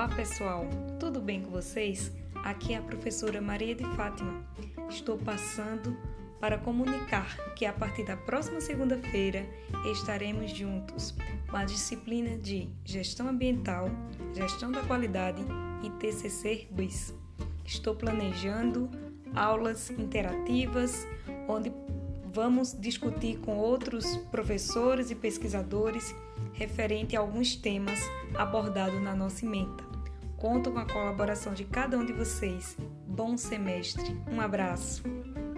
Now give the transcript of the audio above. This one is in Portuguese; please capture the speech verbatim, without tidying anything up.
Olá pessoal, tudo bem com vocês? Aqui é a professora Maria de Fátima. Estou passando para comunicar que a partir da próxima segunda-feira estaremos juntos com a disciplina de Gestão Ambiental, Gestão da Qualidade e T C C dois. Estou planejando aulas interativas onde vamos discutir com outros professores e pesquisadores referente a alguns temas abordados na nossa ementa. Conto com a colaboração de cada um de vocês. Bom semestre. Um abraço.